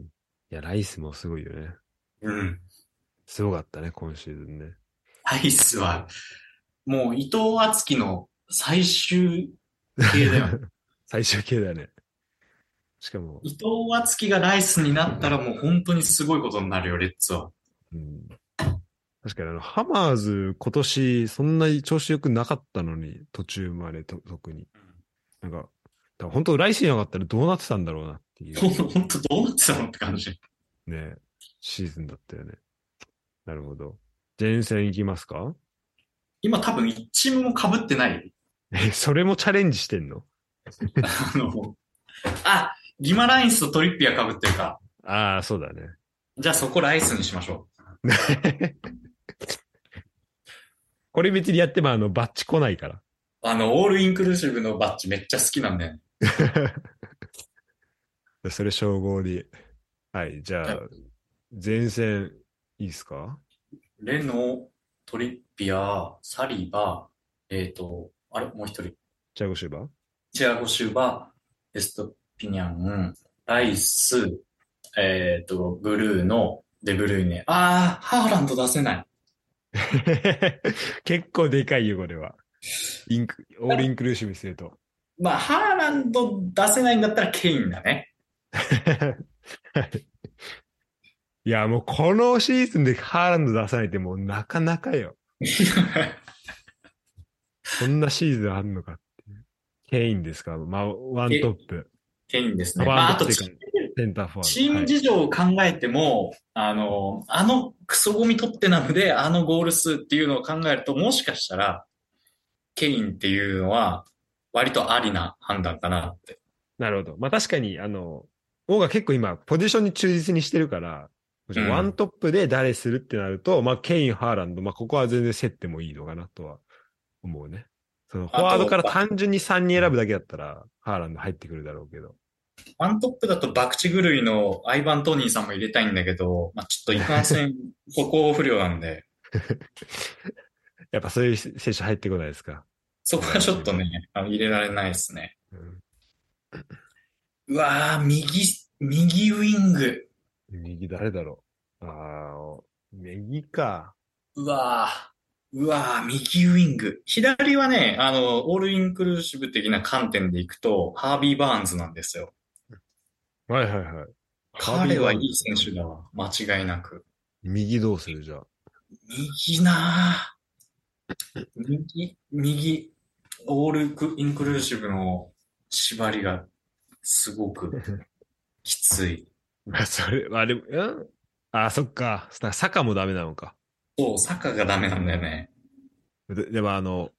いや、ライスもすごいよね。 うん。 すごかったね、今シーズンね。 ライスは、もう伊藤敦樹の最終形だよ。 最終形だね。しかも、 伊藤敦樹がライスになったらもう本当にすごいことになるよ、レッツは。 うん、確かにハマーズ今年そんなに調子良くなかったのに、途中まで特に。なんか、だから本当ライスいなかったらどうなってたんだろうなっていう本当どうなってたのって感じ。 ね、シーズンだったよね。なるほど。前線行きますか？ 今多分一チームも被ってない。 それもチャレンジしてんの？ あの、ギマラインスとトリッピア被ってるか。 ああ、そうだね。 じゃあそこライスにしましょこれ別にやってもバッチ来ないから。 う。オールインクルーシブのバッジめっちゃ好きなんだよね。 それ称号で。はい、じゃあ、前線いいですか？ レノ、トリッピア、サリバ、もう一人。 チアゴシューバ？ チアゴシュバ、エストピニャン、ライス、ブルーノ、デブルイネ。ハーランド出せない。 結構でかいよ、これは。オールインクルーシブにすると。 まあ、ハーランド出せないんだったらケインだね。 いや、もうこのシーズンでハーランド出さないってもうなかなかよ。こんなシーズンあんのかっていう。ケインですか？まあ、ワントップ。 ケインですね。 ワンまあ、あとトップっていうか、センターフォワード。 チームはい。 事情を考えても、クソゴミトッテナムであのゴール数っていうのを考えると、もしかしたら、ケインっていうのは、割とありな判断かなって。 なるほど。まあ確かに、オーが結構今、ポジションに忠実にしてるから、ワンうん。 トップで誰するってなると、まあケイン、ハーランド、まあここは全然競ってもいいのかなとは思うね。そのフォあと、 ワードから単純に3人選ぶだけだったら、ハーランド入ってくるだろうけど。 ワントップだとバクチ狂いのアイバン・トニーさんも入れたいんだけど、まあ、ちょっといかんせん、歩行不良なんで、 やっぱそういう選手入ってこないですか？ そこはちょっとね、入れられないですね。うわー、右ウィング。 右誰だろう。右か。 うわ右ウィング。左はね、オールインクルーシブ的な観点でいくと、ハービー・バーンズなんですよ。 はいはいはい。ハービー・彼はいいバーンズ。 選手だわ。間違いなく。 右どうするじゃあ。 右なぁ。右、オールインクルーシブの縛りがすごくきつい。 まあ、それ、あれ、そっか。坂もダメなのか。 そう、サッカーがダメなんだよね。 でも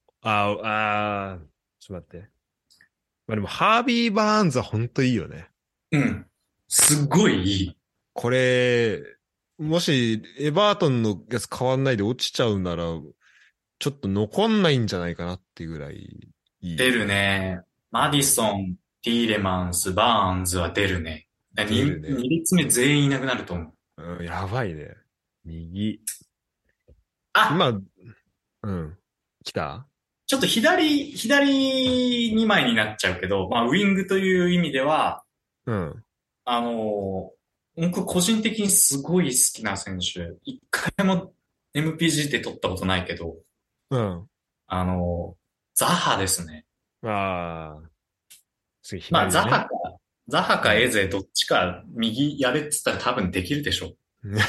ちょっと待って。まあでも、ハービー・バーンズは本当いいよね。 うん。すっごいいい。 これ、もし、エバートンのやつ変わんないで落ちちゃうなら、ちょっと残んないんじゃないかなっていうぐらいいい。 出るね。マディソン、ティーレマンス、バーンズは出るね。2 出るね。 列目全員いなくなると思う。 うん、やばいね。右。 あ、 今、うん。来た。 ちょっと左2枚になっちゃうけど、まあ、ウィングという意味では、 うん。 僕個人的にすごい好きな選手。一回も MPG で取ったことないけど、 うん。 あのザハですね。 ああ、次まあ、 左だね。 ザハうん。 かエゼどっちか右やれって言ったら多分できるでしょ。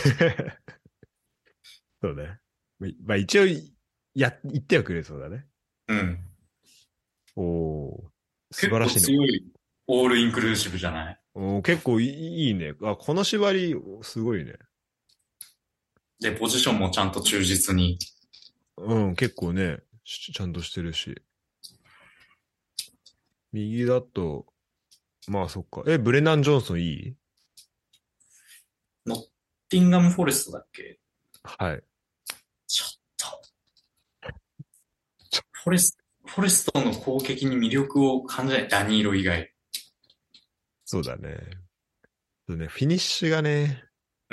そうね。まあ一応、言ってはくれそうだね。 うん。 おお、素結構晴らしいね。 強いオールインクルーシブじゃない？ 結構いいね。この縛り、すごいね。 で、ポジションもちゃんと忠実に。 うん、結構ね、ちゃんとしてるし。右だと、まあそっか。ブレナン・ジョンソンいい。 ノッティンガム・フォレストだっけ？ はい。 ちょっと、フォレストの攻撃に魅力を感じない。ダニーロ以外。 そうだね。そうね、フィニッシュがね、 うん。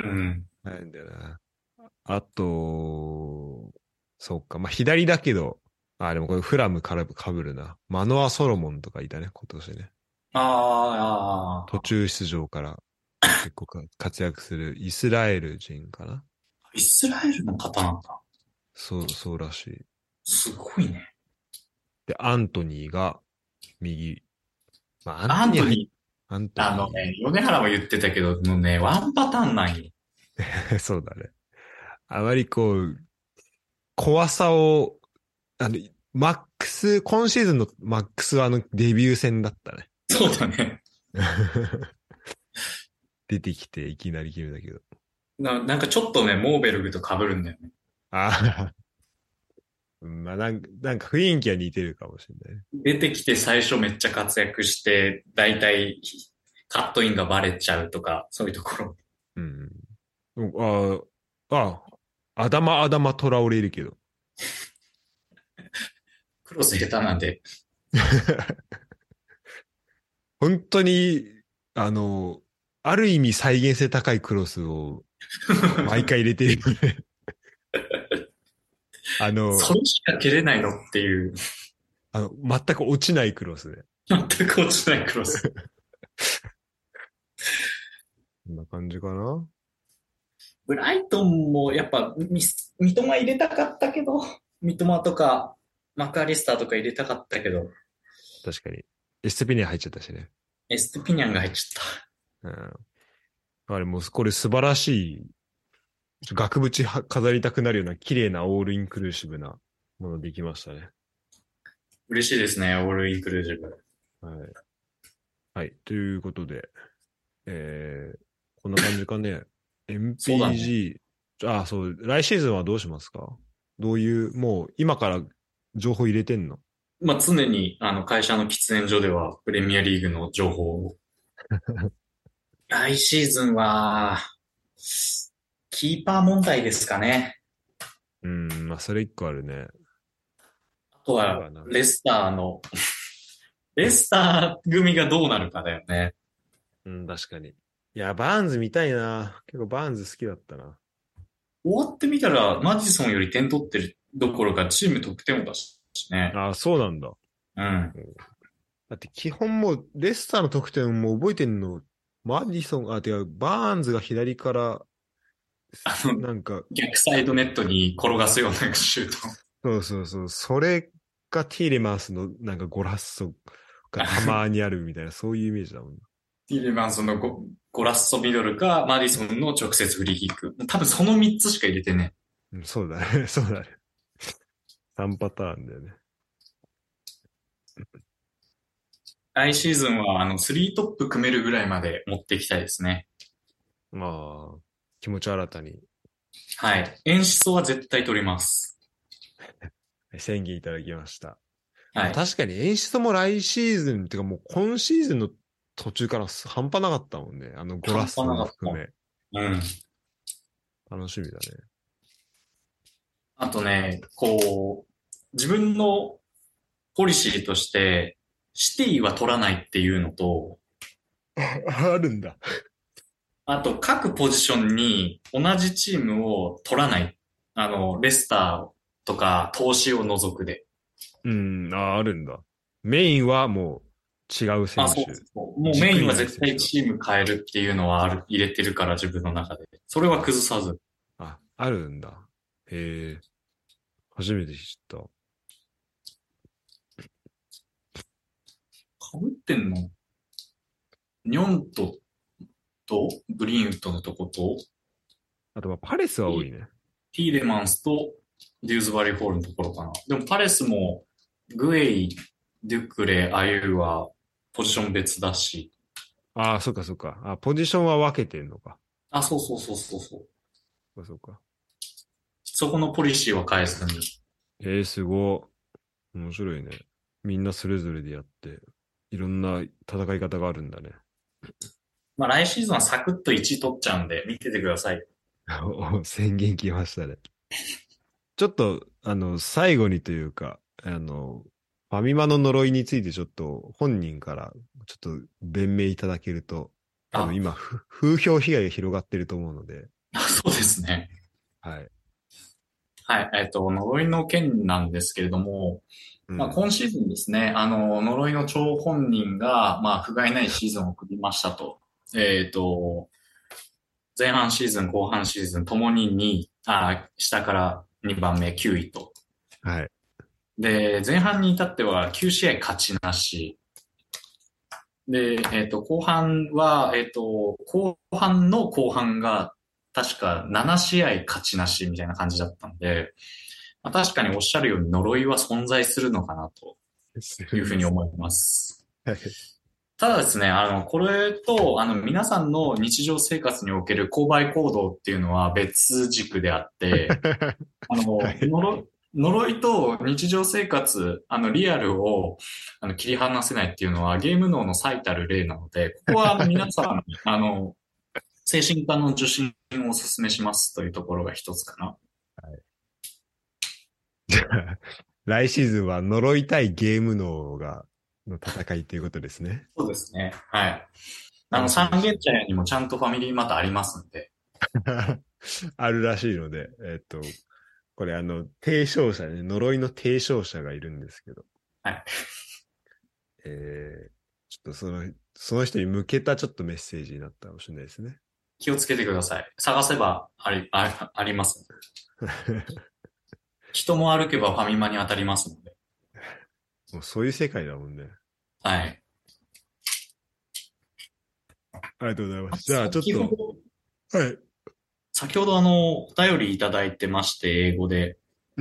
ないんだよな。あと、そうか。まあ、左だけど、でもこれフラムからかぶるな。マノア・ソロモンとかいたね、今年ね。途あ中出場から結構活躍するイスラエル人かな。 イスラエルの方なんだ。 そうらしい。 すごいね。 で、アントニーが右。まあ、 アントニアンー、 トニ米原も言ってたけど、もうね、ワンパターンなんよ。 ー。そうだね。あまりこう、怖さを、あの、今シーズンのマックスはデビュー戦だったね。 そうだね。 出てきていきなり決めたけど。 なんかちょっとね、モーベルグと被るんだよね。 ああ、まあなんか雰囲気は似てるかもしれないね。 出てきて最初めっちゃ活躍して、だいたいカットインがバレちゃうとか、そういうところ。 うん。アダマトラオレいるけど。 クロス下手なんで。 本当に、あの、ある意味再現性高いクロスを毎回入れてるよね。あの、 それしか蹴れないのっていう、 全く落ちないクロスで。 全く落ちないクロス。 こんな感じかな。 ブライトンもやっぱ三笘入れたかったけど、三笘とかマクアリスターとか入れたかったけど、 確かに。エステピニア入っちゃったしね。 エストピニャンが入っちゃっうん。もうこれ素晴らしい、額縁飾りたくなるような綺麗なオールインクルーシブなものできましたね。 た。嬉しいですね、オールインクルージブ。 はい。はい。ということで、こんな感じかね。 そうだね。 MPG、そう、来シーズンはどうしますか？どういう、もう今から情報入れてんの？ まあ常に会社の喫煙所ではプレミアリーグの情報を。来シーズンは、キーパー問題ですかね。 うん、まあそれ一個あるね。 あとは、 そうだな。 レスター組がどうなるかだよね。 うん、確かに。いや、バーンズ見たいな。結構バーンズ好きだったな。 終わってみたら、マジソンより点取ってるどころかチーム得点を出ししね。 ああ、そうなんだ。 うん。 だって基本もう、レスターの得点も覚えてんの、マディソン、てか、バーンズが左から、 あの、 なんか、 逆サイドネットに転がすようなシュート。 そうそうそう、それがティーレマンスのなんかゴラッソがたまにあるみたいな、そういうイメージだもん。 ティーレマンスのゴラッソミドルか、マディソンの直接フリーキック。多分その3つしか入れてね。 うん、そうだね、そうだね。3パターンだよね。 来シーズンは、3トップ組めるぐらいまで持っていきたいですね。 まあ、気持ち新たにはい。演出は絶対取ります。 宣言いただきました。まあ、 はい。 確かに演出も来シーズン、ってかもう今シーズンの途中から半端なかったもんね。ゴラッ半端ソなかった。 も含め。 うん。 楽しみだね。 あとね、自分のポリシーとして、シティは取らないっていうのと、 あるんだ。 あと各ポジションに同じチームを取らない。レスターとか投資を除くで。 うん、あるんだ。メインはもう違うあ、 選手。 そうそう。もうメイ軸にンは絶なる選手が。 対チーム変えるっていうのは入れてるから自分の中で。それは崩さず。 あ、あるんだ。へえ、初めて知った。 被ってんのニョンとブリンウッドのとこと、 あとはパレスは多テいね。 ィーレマンスとデューズバリーホールのところかな。でもパレスもグエイ、デュクレ、アユーはポジション別だし。 ああ、そっかそっか。あ、ポジションは分けてんのか。 あ、そうそうそうそうそう。 そっかそっか。 そこのポリシーは変えずに。 すごい。面白いね。みんなそれぞれでやって、いろんな戦い方があるんだね。 まあ来シーズンはサクッと1取っちゃうんで見ててください。 お宣言来ましたね。ちょっと、最後にというか、ファミマの呪いについてちょっと本人からちょっと弁明いただけると、多分あ、 今、風評被害が広がってると思うので、 そうですね。 はい。 はい。呪いの件なんですけれども、まあ、 うん。 今シーズンですね、呪いの張本人が、まあ、不甲斐ないシーズンを送りましたと。えっと、前半シーズン、後半シーズンともに2位、下から2番目9位と。 はい。 で、前半に至っては9試合勝ちなし。で、後半は、後半の後半が確か7試合勝ちなしみたいな感じだったので、まあ、確かにおっしゃるように呪いは存在するのかなとすいうふうにるんですね。 思います。 はい。 ただですね、これと、皆さんの日常生活における購買行動っていうのは別軸であって、 はい。 呪いと日常生活、リアルを、切り離せないっていうのはゲーム脳の最たる例なので、ここは、皆さんに、精神科の受診をお勧めしますというところが一つかな。 じゃあ、来シーズンは呪いたいゲームの戦いということですね。 そうですね。はい。 楽しみにしてる。 三軒茶屋にもちゃんとファミリーマートありますんで。 あるらしいので、これ提唱者ね、呪いの提唱者がいるんですけど、 はい。 ちょっとその人に向けたちょっとメッセージになったかもしれないですね。 気をつけてください。探せばあります。人も歩けばファミマに当たりますので。 もうそういう世界だもんね。 はい。 ありがとうございます。じゃあちょっと、 先ほど、 はい。 先ほどお便りいただいてまして、英語で。 うん。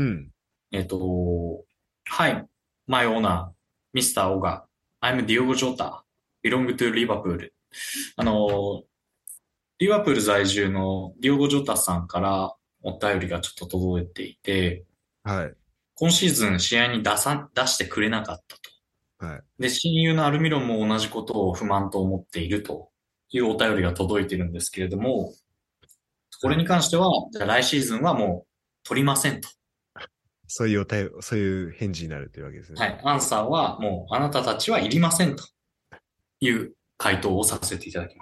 Hi, my owner, Mr. Oga. I'm Diogo Jota, belong to Liverpool. あの、リバプール在住のディオゴ・ジョタさんからお便りがちょっと届いていて、 はい。 今シーズン試合に出してくれなかったと。 はい。 で、親友のアルミロンも同じことを不満と思っているというお便りが届いてるんですけれども、これはい。 に関しては、じゃあ来シーズンはもう取りませんと。 そういう返事になるというわけですね。 はい。アンサーはもうあなたたちはいりませんという回答をさせていただきます。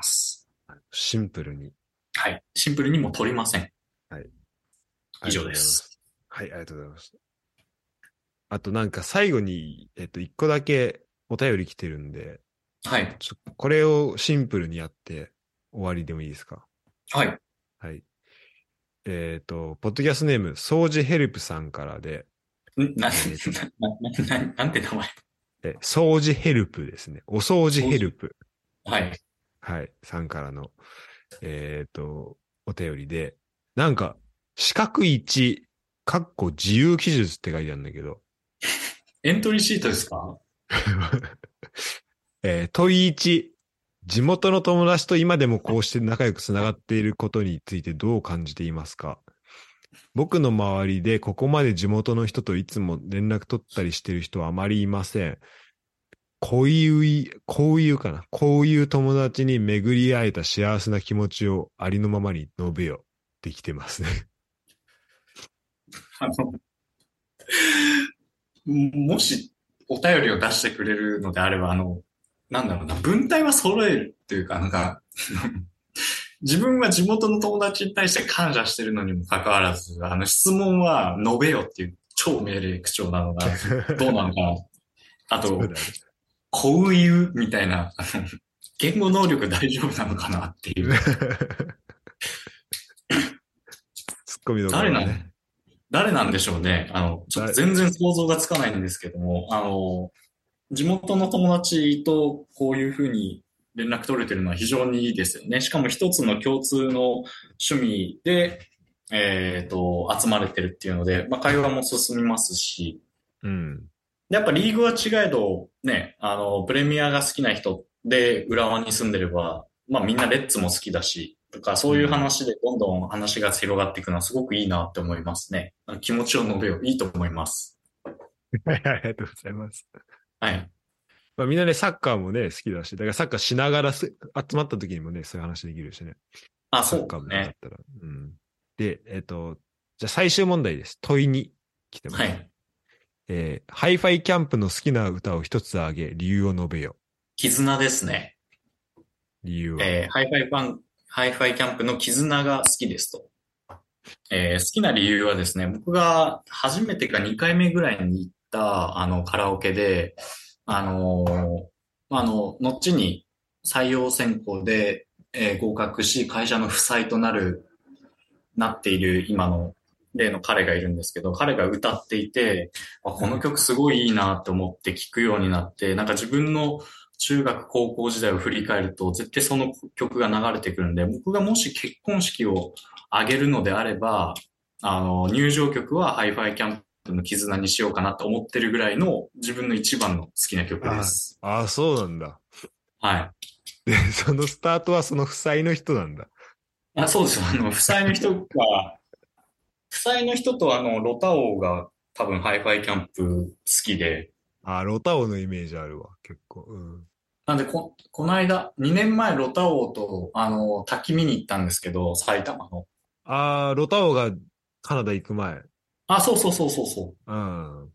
シンプルに。 はい。シンプルにもう取りません。 はい。あ以りがと上です。 うございます。はい、ありがとうございました。 あとなんか最後に、一個だけお便り来てるんで、 はい。 これをシンプルにやって終わりでもいいですか？ はい。 はい。ポッドキャストネーム、掃除ヘルプさんからで、 んな、 えっと、 なんて名前？ 掃除ヘルプですね。お掃除掃除。 ヘルプ。 はい。 はい。さんからの、お便りで、なんか、四角1、かっこ自由記述って書いてあるんだけど、 エントリーシートですか？ 問い1、地元の友達と今でもこうして仲良くつながっていることについてどう感じていますか？僕の周りでここまで地元の人といつも連絡取ったりしている人はあまりいません。こういう友達に巡り会えた幸せな気持ちをありのままに述べよ。できてますね。 あの、もしお便りを出してくれるのであれば、なんだろうな、文体は揃えるっていうか、自分は地元の友達に対して感謝してるのにもかかわらず、質問は述べよっていう超命令口調なのが、どうなのかな。あと、 そうだね。 こういうみたいな、言語能力大丈夫なのかなっていう。 ツッコミどこ誰なんろはね。 誰なんでしょうね。ちょっとだ、 全然想像がつかないんですけども、地元の友達とこういうふうに連絡取れてるのは非常にいいですよね。しかも一つの共通の趣味で、集まれてるっていうので、まあ、会話も進みますし、 うん。 やっぱリーグは違えど、ね、プレミアが好きな人で浦和に住んでれば、まあみんなレッツも好きだし、とかそういううん。 話でどんどん話が広がっていくのはすごくいいなって思いますね。気持ちを述べよう。いいと思います。 はい、ありがとうございます。 はい。 まあ、みんなね、サッカーもね、好きだし、だからサッカーしながら集まった時にもね、そういう話できるしね。 あ、 サッそうカー部とかだっね。 たら。うん。で、じゃあ最終問題です。問いに来てます。 はい。 ハイファイキャンプの好きな歌を一つ挙げ、理由を述べよ。 絆ですね。 理由は。 ハイファイキャンプの絆が好きですと。好きな理由はですね、僕が初めてか2回目ぐらいに行ったカラオケで、あの後に採用選考で、合格し、会社の負債となっている今の例の彼がいるんですけど、彼が歌っていて、この曲すごいいいなと思って聴くようになって、なんか自分の中学高校時代を振り返ると、絶対その曲が流れてくるんで、僕がもし結婚式を挙げるのであれば、入場曲はハイファイキャンプの絆にしようかなと思ってるぐらいの自分の一番の好きな曲であす。 あ、ああ、そうなんだ。 はい。 で、そのスタートはその負債の人なんだ。 そうですよ。負債の人とロタ王が多分ハイファイキャンプ好きで、 ああ、ロタオのイメージあるわ、結構。うん。 なんでこの間、2年前ロタ王と滝見に行ったんですけど、埼玉の。 ああ、ロタオがカナダ行く前。 あ、そうそうそうそうそう。 うん。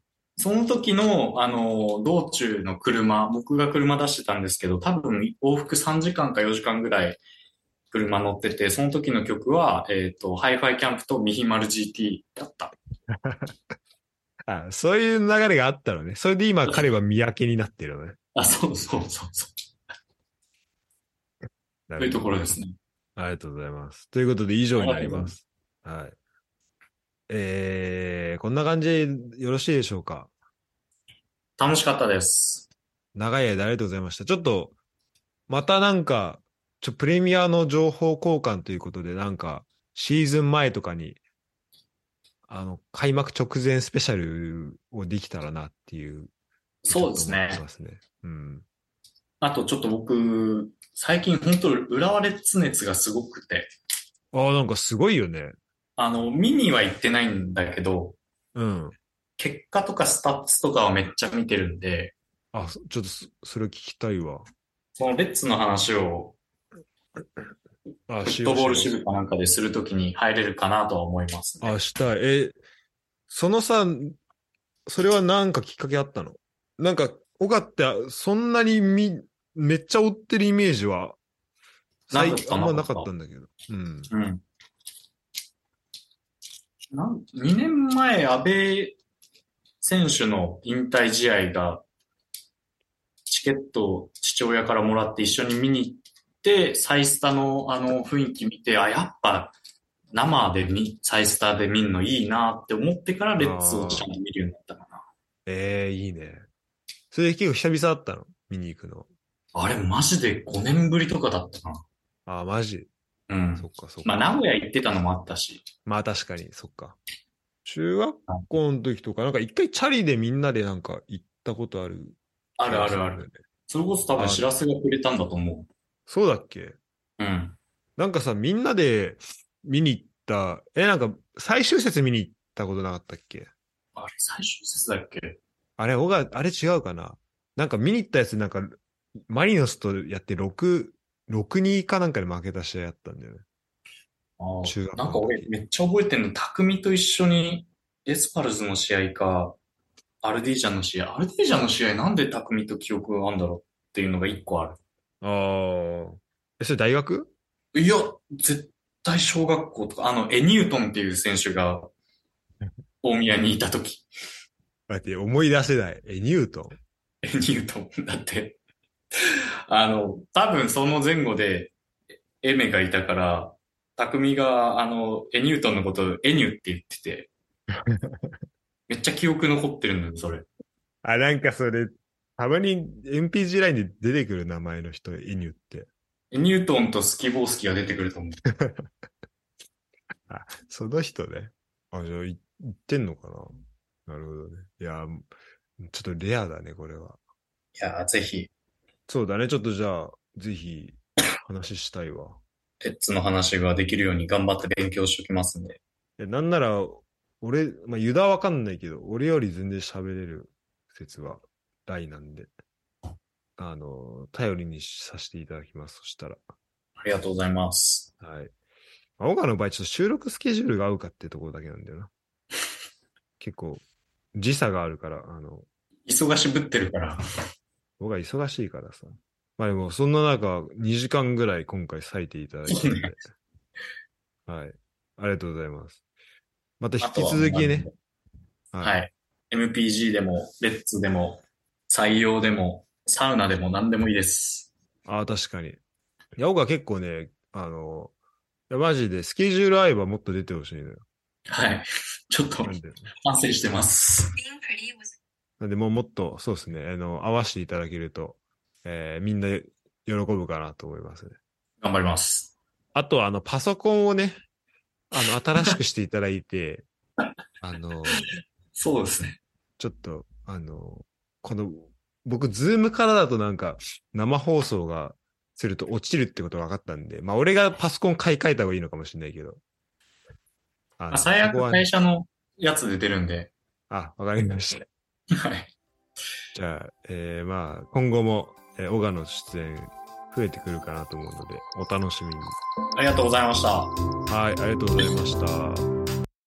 その時の、道中の車、僕が車出してたんですけど、多分往復3時間か4時間ぐらい車乗ってて、その時の曲は、ハイファイキャンプとミヒマル GT だった。 あ、そういう流れがあったのね。それで今彼は三宅になってるのね。 あ、そうそうそうそう。というとなるほど。 ころですね。 ありがとうございます。ということで以あ上になりがとうございます。 ります。はい。こんな感じでよろしいでしょうか？ 楽しかったです。 長い間ありがとうございました。ちょっと、またなんか、プレミアの情報交換ということで、なんか、シーズン前とかに、開幕直前スペシャルをできたらなっていう、ちょそうでっと思ってすね。 ますね。うん。 あとちょっと僕、最近本当浦和レッズ熱がすごくて、 ああ、なんかすごいよね。 見には行ってないんだけど、 うん。 結果とかスタッツとかはめっちゃ見てるんで、 あ、ちょっとそれ聞きたいわ。 そのレッツの話をあ、 フッしよトボール支うしよう。 部かなんかでするときに入れるかなとは思いますね。 あ、したい。そのさ、それはなんかきっかけあったの？なんか、オカってそんなにめっちゃ追ってるイメージは、 なかったあんまなかったなかった。 んだけど。うん。 うん。2年前、安倍選手の引退試合が、チケットを父親からもらって一緒に見に行って、サイスタの雰囲気見て、やっぱ生でサイスタで見るのいいなって思ってからレッツをちゃんと見るようになったかな。 いいね。それ結構久々だったの見に行くの。 あれマジで5年ぶりとかだったかああ、マジ。 な。うん。 そっかそっか。 まあ名古屋行ってたのもあったし。 まあ確かに、そっか。中学校の時とか、なんか一回チャリでみんなでなんか行ったことある、 あるあるある。それこそ多分知らせがくれたんだと思そうだっけ？ う。うん。 なんかさ、みんなで見に行った、なんか最終節見に行ったことなかったっけ？ あれ最終節だっけ？ あれ違うかな？なんか見に行ったやつなんか、マリノスとやって6-2かなんかで負けた試合やったんだよね。中学校なんか俺めっちゃ覚えてんの、匠と一緒にエスパルスの試合か、アルディージャンの試合。アルディージャンの試合なんで匠と記憶があるんだろうっていうのが一個ある。 ああ。それ大学？ いや、絶対小学校とか、エニュートンっていう選手が大宮にいたとき。 待って、思い出せない。ニュートン？ エニュートン。だって、多分その前後でエメがいたから、匠が、エニュートンのことをエニュって言ってて、めっちゃ記憶残ってるんだよ、それ。 なんかそれ、たまに MPG ラインで出てくる名前の人、エニュって。 エニュートンとスキボースキが出てくると思う。 その人ね。じゃあ、言ってんのかな？なるほどね。いや、ちょっとレアだね、これは。 いやー、ぜひ。 そうだね、ちょっとじゃあ、ぜひ、話したいわ。 レッツの話ができるように頑張って勉強しておきますんで。 なんなら、俺、ユダはわかんないけど、俺より全然喋れる説は大なんで、頼りにさせていただきます。そしたら。 ありがとうございます。 はい。岡の場合、ちょっと収録スケジュールが合うかってところだけなんだよな。結構、時差があるから、 忙しぶってるから。 僕は忙しいからさ。まあでも、そんな中、2時間ぐらい今回割いていただいて、ね、はい。ありがとうございます。また引き続きね。 はい。MPG でも、レッツでも、採用でも、サウナでも何でもいいです。 確かに。いや、僕は結構ね、いやマジでスケジュール合えばもっと出てほしいのよ。 はい。ちょっと、反省してます。 なんで、もっと、そうですね、合わせていただけると、みんな喜ぶかなと思いますね。 頑張ります。 あと、パソコンをね、新しくしていただいて、 そうですね。 ちょっと、この、僕、ズームからだとなんか、生放送がすると落ちるってことが分かったんで、まあ、俺がパソコン買い替えた方がいいのかもしれないけど。 最悪会社のやつで出るんで。 わかりました。 はい。 じゃあ、まあ、今後も、小川の出演増えてくるかなと思うので、お楽しみに。 ありがとうございました。 はい、ありがとうございました。